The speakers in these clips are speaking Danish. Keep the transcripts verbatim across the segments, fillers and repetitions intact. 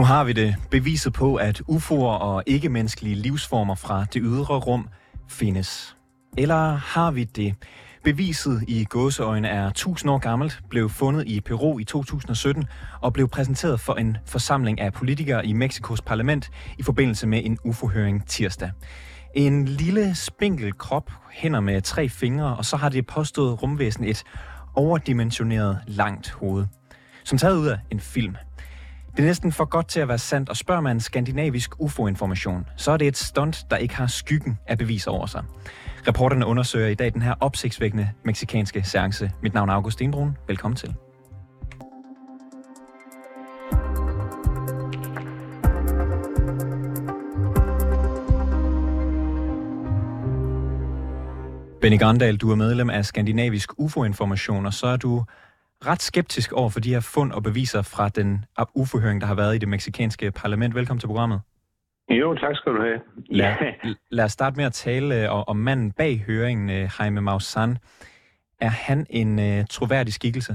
har vi det. Beviset på, at U F O'er og ikke-menneskelige livsformer fra det ydre rum findes. Eller har vi det? Beviset i gåseøjne er tusind år gammelt, blev fundet i Peru i to tusind og sytten og blev præsenteret for en forsamling af politikere i Mexikos parlament i forbindelse med en U F O-høring tirsdag. En lille spinkel krop, hænder med tre fingre, og så har det påstået rumvæsen et overdimensioneret langt hoved, som taget ud af en film. Det er næsten for godt til at være sandt, og spørger man skandinavisk U F O-information, så er det et stunt, der ikke har skyggen af beviser over sig. Reporterne undersøger i dag den her opsigtsvækkende mexikanske seance. Mit navn er August Stenbrun. Velkommen til. Benny Grandal, du er medlem af skandinavisk U F O-information, og så er du ret skeptisk over for de her fund og beviser fra den U F O-høring, der har været i det mexikanske parlament. Velkommen til programmet. Jo, tak skal du have. Lad, lad os starte med at tale om manden bag høringen, Jaime Maussan. Er han en uh, troværdig skikkelse?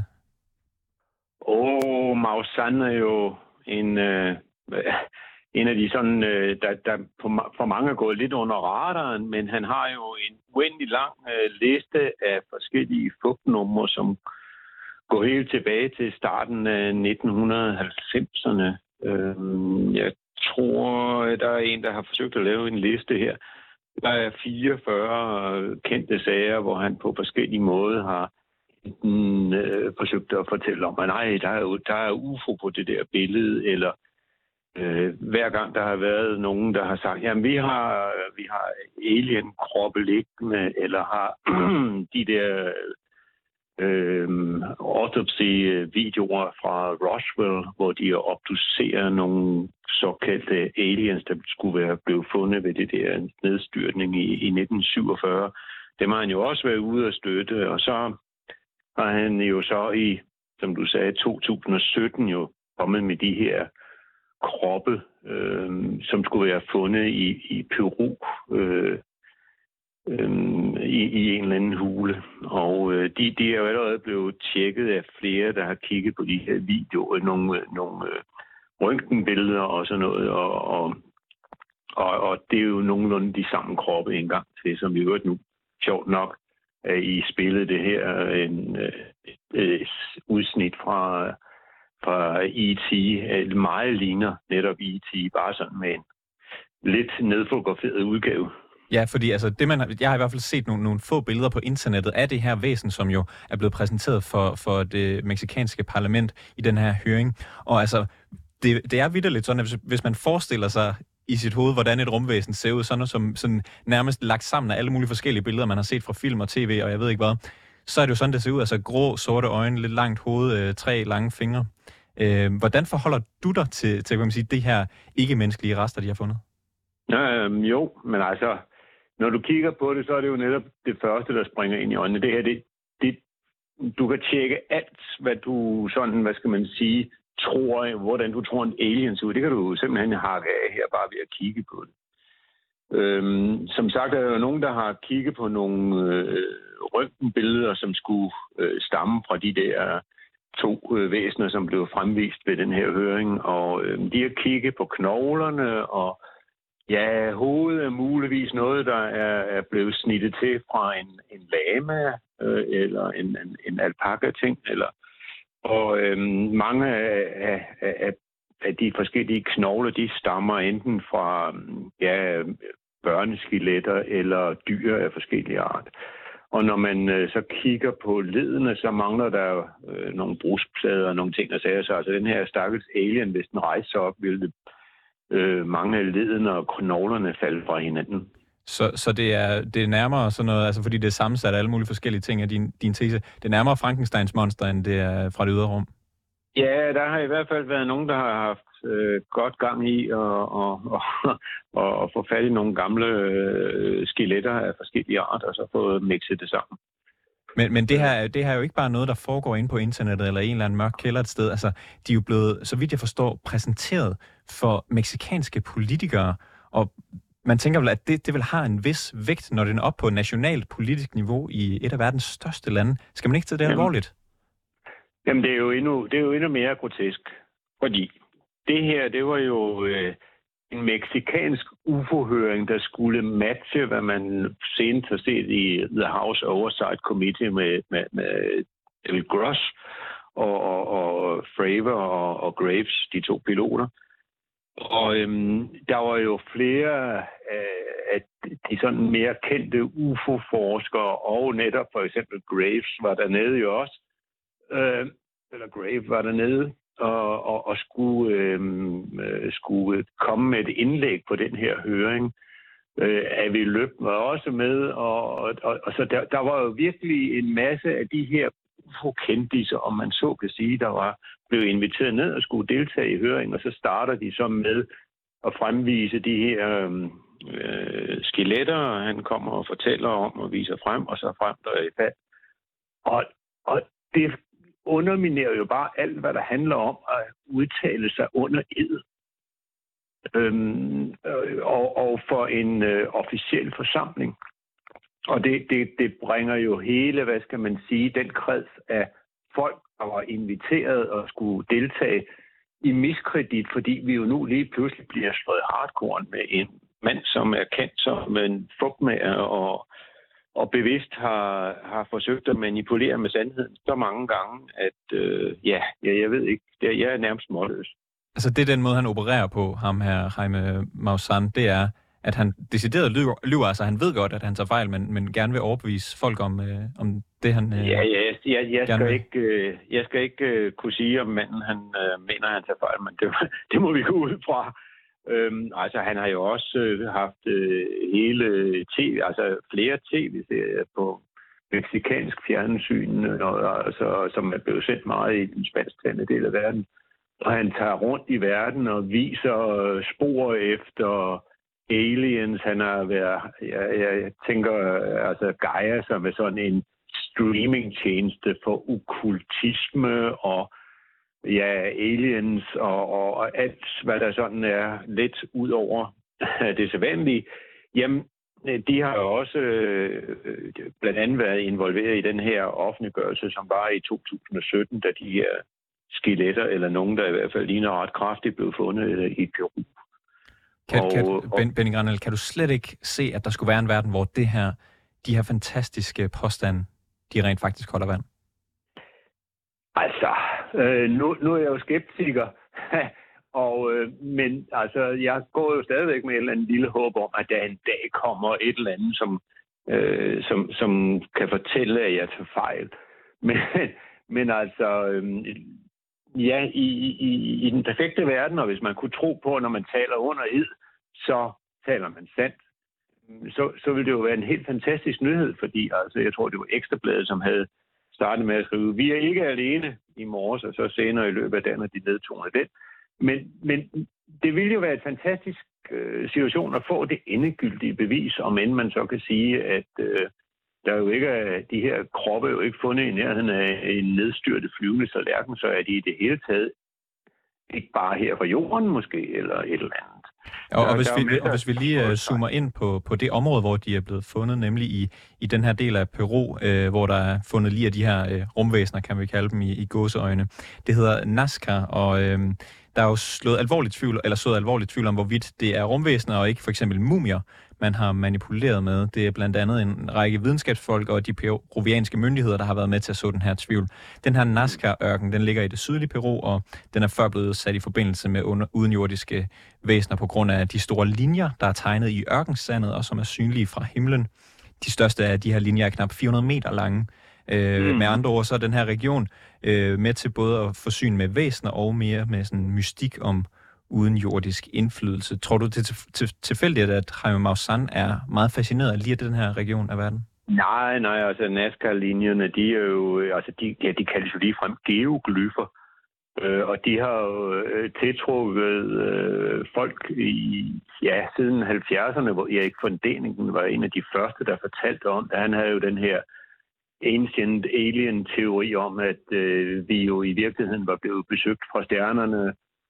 Åh, oh, Maussan er jo en, uh, en af de sådan, uh, der, der for mange er gået lidt under radaren, men han har jo en uendelig lang uh, liste af forskellige fupnumre, som går helt tilbage til starten af nitten halvfemserne. Uh, jeg tror, der er en, der har forsøgt at lave en liste her. Der er fireogfyrre kendte sager, hvor han på forskellige måder har enten, øh, forsøgt at fortælle om, at nej, der er, jo, der er U F O på det der billede, eller øh, hver gang der har været nogen, der har sagt, jamen vi har, vi har alien-kroppe liggende, eller har de der øh, autopsy-videoer fra Roswell, hvor de obducerer nogle såkaldte aliens, der skulle være blevet fundet ved det der nedstyrtning i, i nitten syvogfyrre. Dem har han jo også været ude at støtte, og så har han jo så i, som du sagde, to tusind og sytten jo kommet med de her kroppe, øh, som skulle være fundet i, i Peru, øh, øh, i, i en eller anden hule. Og øh, de, de er jo allerede blevet tjekket af flere, der har kigget på de her videoer, nogle, nogle øh, røntgenbilleder og sådan noget, og, og, og, og det er jo nogenlunde de samme kroppe en gang til, som vi hørt nu. Sjovt nok, at I spillede det her en, et, et udsnit fra, fra E T Meget ligner netop E T, bare sådan med en lidt nedfotograferet udgave. Ja, fordi altså, det man, jeg har i hvert fald set nogle, nogle få billeder på internettet af det her væsen, som jo er blevet præsenteret for, for det mexikanske parlament i den her høring. Og altså, det, det er vitterligt sådan, at hvis, hvis man forestiller sig i sit hoved, hvordan et rumvæsen ser ud, sådan noget som sådan nærmest lagt sammen af alle mulige forskellige billeder, man har set fra film og tv, og jeg ved ikke hvad, så er det jo sådan, det ser ud. Altså grå, sorte øjne, lidt langt hoved, øh, tre lange fingre. Øh, hvordan forholder du dig til, til kan man sige, de her ikke-menneskelige rester, de har fundet? Øhm, jo, men altså, når du kigger på det, så er det jo netop det første, der springer ind i øjnene. Det her, det, det, du kan tjekke alt, hvad du sådan, hvad skal man sige, tror, hvordan du tror en alien ser ud. Det kan du simpelthen hakke af her, bare ved at kigge på det. Øhm, som sagt er der jo nogen, der har kigget på nogle øh, røntgenbilleder, som skulle øh, stamme fra de der to øh, væsener, som blev fremvist ved den her høring. Og øh, de har kigget på knoglerne, og ja, hovedet er muligvis noget, der er, er blevet snittet til fra en, en lama, øh, eller en, en, en alpaka-ting, eller og øhm, mange af, af, af de forskellige knogler, de stammer enten fra ja, børneskeletter eller dyr af forskellige art. Og når man øh, så kigger på ledene, så mangler der øh, nogle bruskplader og nogle ting, der siger så. Altså den her stakkels alien, hvis den rejser sig op, ville øh, mange af ledene og knoglerne falde fra hinanden. Så, så det er det er nærmere sådan noget, altså fordi det er sammensat af alle mulige forskellige ting af din, din tese. Det er nærmere Frankensteins monster, end det er fra det ydre rum. Ja, der har i hvert fald været nogen, der har haft øh, godt gang i at og, og, og, og få fat i nogle gamle øh, skeletter af forskellige arter, og så få mixet det sammen. Men, men det her, det her er jo ikke bare noget, der foregår inde på internettet eller en eller anden mørk kælder et sted. Altså, de er jo blevet, så vidt jeg forstår, præsenteret for mexikanske politikere, og man tænker vel, at det, det vil have en vis vægt, når den er op på nationalt politisk niveau i et af verdens største lande. Skal man ikke tage det alvorligt? Jamen, det er jo endnu, det er jo endnu mere grotesk, fordi det her, det var jo øh, en meksikansk U F O-høring, der skulle matche, hvad man senest har set i The House Oversight Committee med, med, med David Gross og, og, og Fravor og, og Graves, de to piloter. Og øhm, der var jo flere af de sådan mere kendte U F O-forskere, og netop for eksempel Graves var dernede jo også, øh, eller Grave var dernede, og, og, og skulle, øh, skulle komme med et indlæg på den her høring. Øh, Avi Løb var også med, og, og, og så der, der var jo virkelig en masse af de her U F O-kendisser, om man så kan sige, der var blevet inviteret ned og skulle deltage i høringen, og så starter de så med at fremvise de her øh, skeletter, han kommer og fortæller om og viser frem, og så frem der i fald. Og, og det underminerer jo bare alt, hvad der handler om at udtale sig under ed. Øhm, og, og for en øh, officiel forsamling. Og det, det, det bringer jo hele, hvad skal man sige, den kreds af folk, der var inviteret og skulle deltage i miskredit, fordi vi jo nu lige pludselig bliver slået hardcore med en mand, som er kendt som en fugtmager og, og bevidst har, har forsøgt at manipulere med sandheden så mange gange, at øh, ja, ja, jeg ved ikke, det, jeg er nærmest målløs. Altså det er den måde, han opererer på, ham her, Jaime Maussan, det er, at han decideret lyver, lyver, altså han ved godt, at han tager fejl, men, men gerne vil overbevise folk om, øh, om det, han øh, Ja, ja, jeg, jeg, jeg, skal vil. ikke, øh, jeg skal ikke øh, kunne sige, om manden han øh, mener, han tager fejl, men det, det må vi gå ud fra. Øhm, altså, han har jo også øh, haft øh, hele tv, altså flere tv-serier på mexikansk fjernsyn, og, altså, som er blevet sendt meget i den spansktalende del af verden. Og han tager rundt i verden og viser spor efter aliens. Han har været, jeg, jeg tænker, altså Gaia, som er sådan en streamingtjeneste for okkultisme og ja, aliens og, og, og alt, hvad der sådan er lidt ud over det sædvanlige. Jamen, de har jo også øh, blandt andet været involveret i den her offentliggørelse, som var i to tusind og sytten, da de her skeletter, eller nogen, der i hvert fald ligner ret kraftigt, blev fundet i Peru. Kan, og, kan, og, ben, Benny Granel, kan du slet ikke se, at der skulle være en verden, hvor det her, de her fantastiske påstande, de rent faktisk holder vand? Altså, øh, nu, nu er jeg jo skeptiker, og, øh, men altså, jeg går jo stadigvæk med et eller andet lille håb om, at der en dag kommer et eller andet, som, øh, som, som kan fortælle, at jeg tager fejl. Men, men altså, øh, ja, i, i, i den perfekte verden, og hvis man kunne tro på, når man taler under ed, så taler man sandt. Så, så ville det jo være en helt fantastisk nyhed, fordi altså, jeg tror, det var Ekstrabladet, som havde startet med at skrive, vi er ikke alene i morges, og så senere i løbet af dagen, og de nedtoner den. Men, men det ville jo være et fantastisk øh, situation at få det endegyldige bevis, om end man så kan sige, at øh, der er jo ikke er, de her kroppe er jo ikke fundet i nærheden af en nedstyrtet flyvende tallerken, så er de i det hele taget ikke bare her fra jorden måske, eller et eller andet. Og, og, hvis, vi, og hvis vi lige uh, zoomer ind på, på det område, hvor de er blevet fundet, nemlig i, i den her del af Peru, øh, hvor der er fundet lige af de her øh, rumvæsener, kan vi kalde dem i, i gåseøjne. Det hedder Nazca, og øh, der er jo slået alvorligt tvivl, eller slået alvorligt tvivl om, hvorvidt det er rumvæsener og ikke for eksempel mumier, man har manipuleret med. Det er blandt andet en række videnskabsfolk og de peruvianske myndigheder, der har været med til at så den her tvivl. Den her Nazca-ørken, den ligger i det sydlige Peru, og den er før blevet sat i forbindelse med under, udenjordiske væsener på grund af de store linjer, der er tegnet i ørkensandet, og som er synlige fra himlen. De største af de her linjer er knap fire hundrede meter lange. Øh, mm. Med andre ord, så er den her region øh, med til både at forsyne med væsener og mere med sådan mystik om udenjordisk indflydelse. Tror du, det er til, tilfældigt, at Jaime Maussan er meget fascineret af lige den her region af verden? Nej, nej, altså Nazca-linjerne, de er jo, altså de, ja, de kaldes jo ligefrem geoglyffer, øh, og de har jo øh, tiltrukket øh, folk i, ja, siden halvfjerdserne, hvor Erik von Däniken var en af de første, der fortalte om det. Han havde jo den her ancient alien-teori om, at øh, vi jo i virkeligheden var blevet besøgt fra stjernerne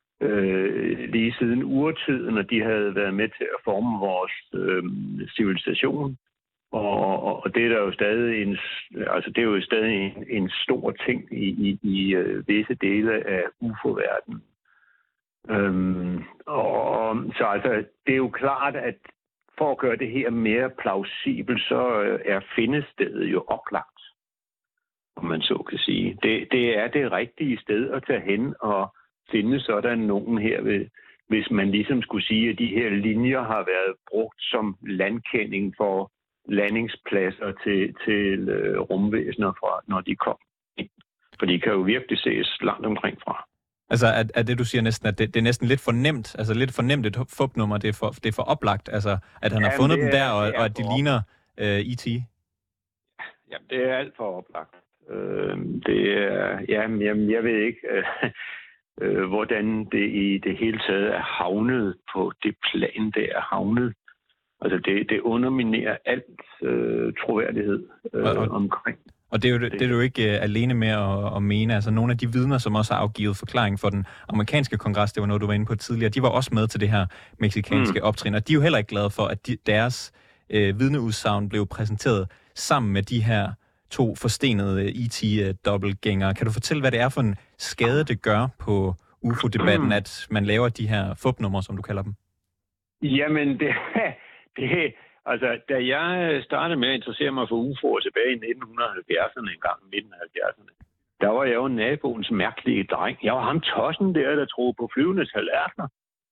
øh, lige siden urtiden, og de havde været med til at forme vores øh, civilisation. Og, og, og det er der jo stadig en, altså det er jo stadig en, en stor ting i, i, i uh, visse dele af U F O-verdenen. Øhm, og så altså, det er jo klart, at for at gøre det her mere plausibelt, så øh, er findestedet jo oplagt, om man så kan sige. Det, det er det rigtige sted at tage hen og finde sådan nogen her, ved, hvis man ligesom skulle sige, at de her linjer har været brugt som landkending for landingspladser til, til øh, rumvæsener, fra, når de kom ind. For de kan jo virkelig ses langt omkring fra. Altså er, er det, du siger næsten, at det, det er næsten lidt fornemt, altså lidt fornemt et fupnummer, det er for, det er for oplagt, altså at han ja, har fundet dem der, og, og at de ligner øh, E T? Ja, det er alt for oplagt. Øh, det er, ja, jamen, jeg ved ikke, øh, øh, hvordan det i det hele taget er havnet på det plan, det er havnet. Altså det, det underminerer alt øh, troværdighed øh, og, omkring. Og det er jo, det, det er jo ikke uh, alene med at, at mene. Altså nogle af de vidner, som også har afgivet forklaring for den amerikanske kongres, det var noget, du var inde på tidligere, de var også med til det her mexikanske mm. optrin, og de er jo heller ikke glade for, at de, deres øh, vidneudsagn blev præsenteret sammen med de her to forstenede E T-dobbeltgængere. Kan du fortælle, hvad det er for en skade, det gør på U F O-debatten, at man laver de her fupnumre, som du kalder dem? Jamen, det, det altså, da jeg startede med at interessere mig for U F O'er tilbage i nitten halvfjerdserne, en gang i midten af halvfjerdserne, der var jeg jo naboens mærkelige dreng. Jeg var ham tossen der, der troede på flyvende tallerkener.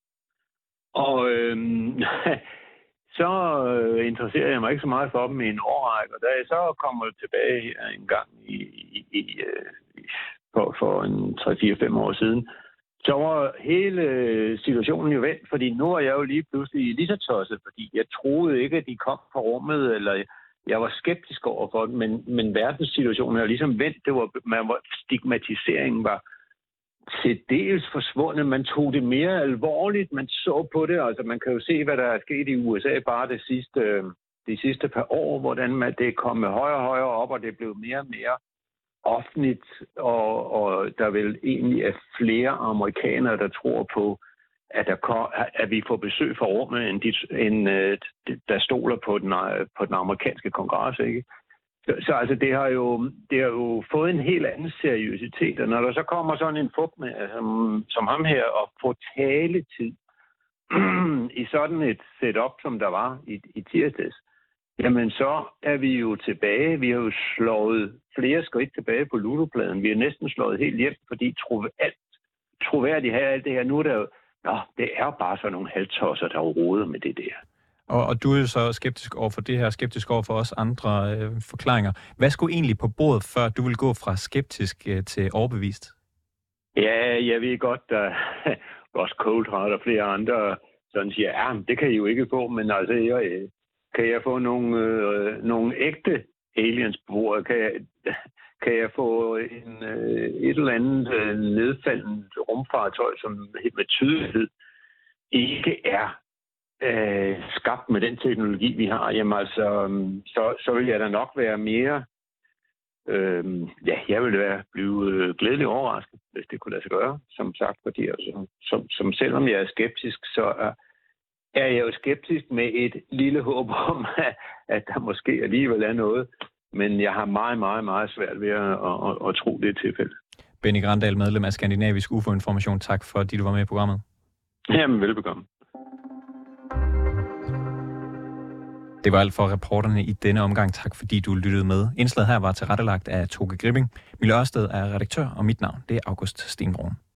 Og øhm, så øh, interesserede jeg mig ikke så meget for dem i en årrække, og da jeg så kommer tilbage her en gang i, i, i, øh, for, for en tre fire fem år siden, så var hele situationen jo vendt, fordi nu er jeg jo lige pludselig lige så tosset, fordi jeg troede ikke, at de kom fra rummet, eller jeg var skeptisk over for det, men, men verdenssituationen er ligesom vendt. Det var, man var, stigmatiseringen var til dels forsvundet. Man tog det mere alvorligt, man så på det. Altså man kan jo se, hvad der er sket i U S A bare det sidste, de sidste par år, hvordan man, det er kommet højere og højere op, og det blev mere og mere offentligt, og, og der vil egentlig er flere amerikanere, der tror på, at, der kom, at vi får besøg fra rummet, end, de, end uh, der stoler på den, på den amerikanske kongres, ikke? Så, så altså, det har, jo, det har jo fået en helt anden seriøsitet, og når der så kommer sådan en fugt med, som, som ham her, og får taletid i sådan et setup, som der var i, i tirsdags, jamen så er vi jo tilbage. Vi har jo slået flere skridt tilbage på ludopladen. Vi har næsten slået helt hjem, fordi tro, alt troværdigt her, alt det her, nu er der jo, nå, det er bare sådan nogle halvtosser, der roder med det der. Og, og du er jo så skeptisk over for det her, skeptisk over for også andre øh, forklaringer. Hvad skulle egentlig på bordet, før du vil gå fra skeptisk øh, til overbevist? Ja, jeg ved godt, der også Coldheart og flere andre sådan siger, ja, det kan I jo ikke få, men altså, jeg, kan jeg få nogle, øh, nogle ægte aliens på bordet? Kan jeg, kan jeg få en, øh, et eller andet øh, nedfaldende rumfartøj, som med tydelighed ikke er øh, skabt med den teknologi, vi har? Jamen altså, så, så vil jeg da nok være mere... Øh, ja, jeg vil være blive øh, glædelig overrasket, hvis det kunne lade sig gøre, som sagt, fordi altså, som, som selvom jeg er skeptisk, så er er jeg jo skeptisk med et lille håb om, at der måske alligevel er noget. Men jeg har meget, meget, meget svært ved at, at, at, at tro, det er tilfældet. Benny Grandal, medlem af Skandinavisk U F O-information. Tak fordi du var med i programmet. Jamen, velbekomme. Det var alt for reporterne i denne omgang. Tak fordi du lyttede med. Indslaget her var tilrettelagt af Toge Gripping. Mille Ørsted er redaktør, og mit navn det er August Stenbroen.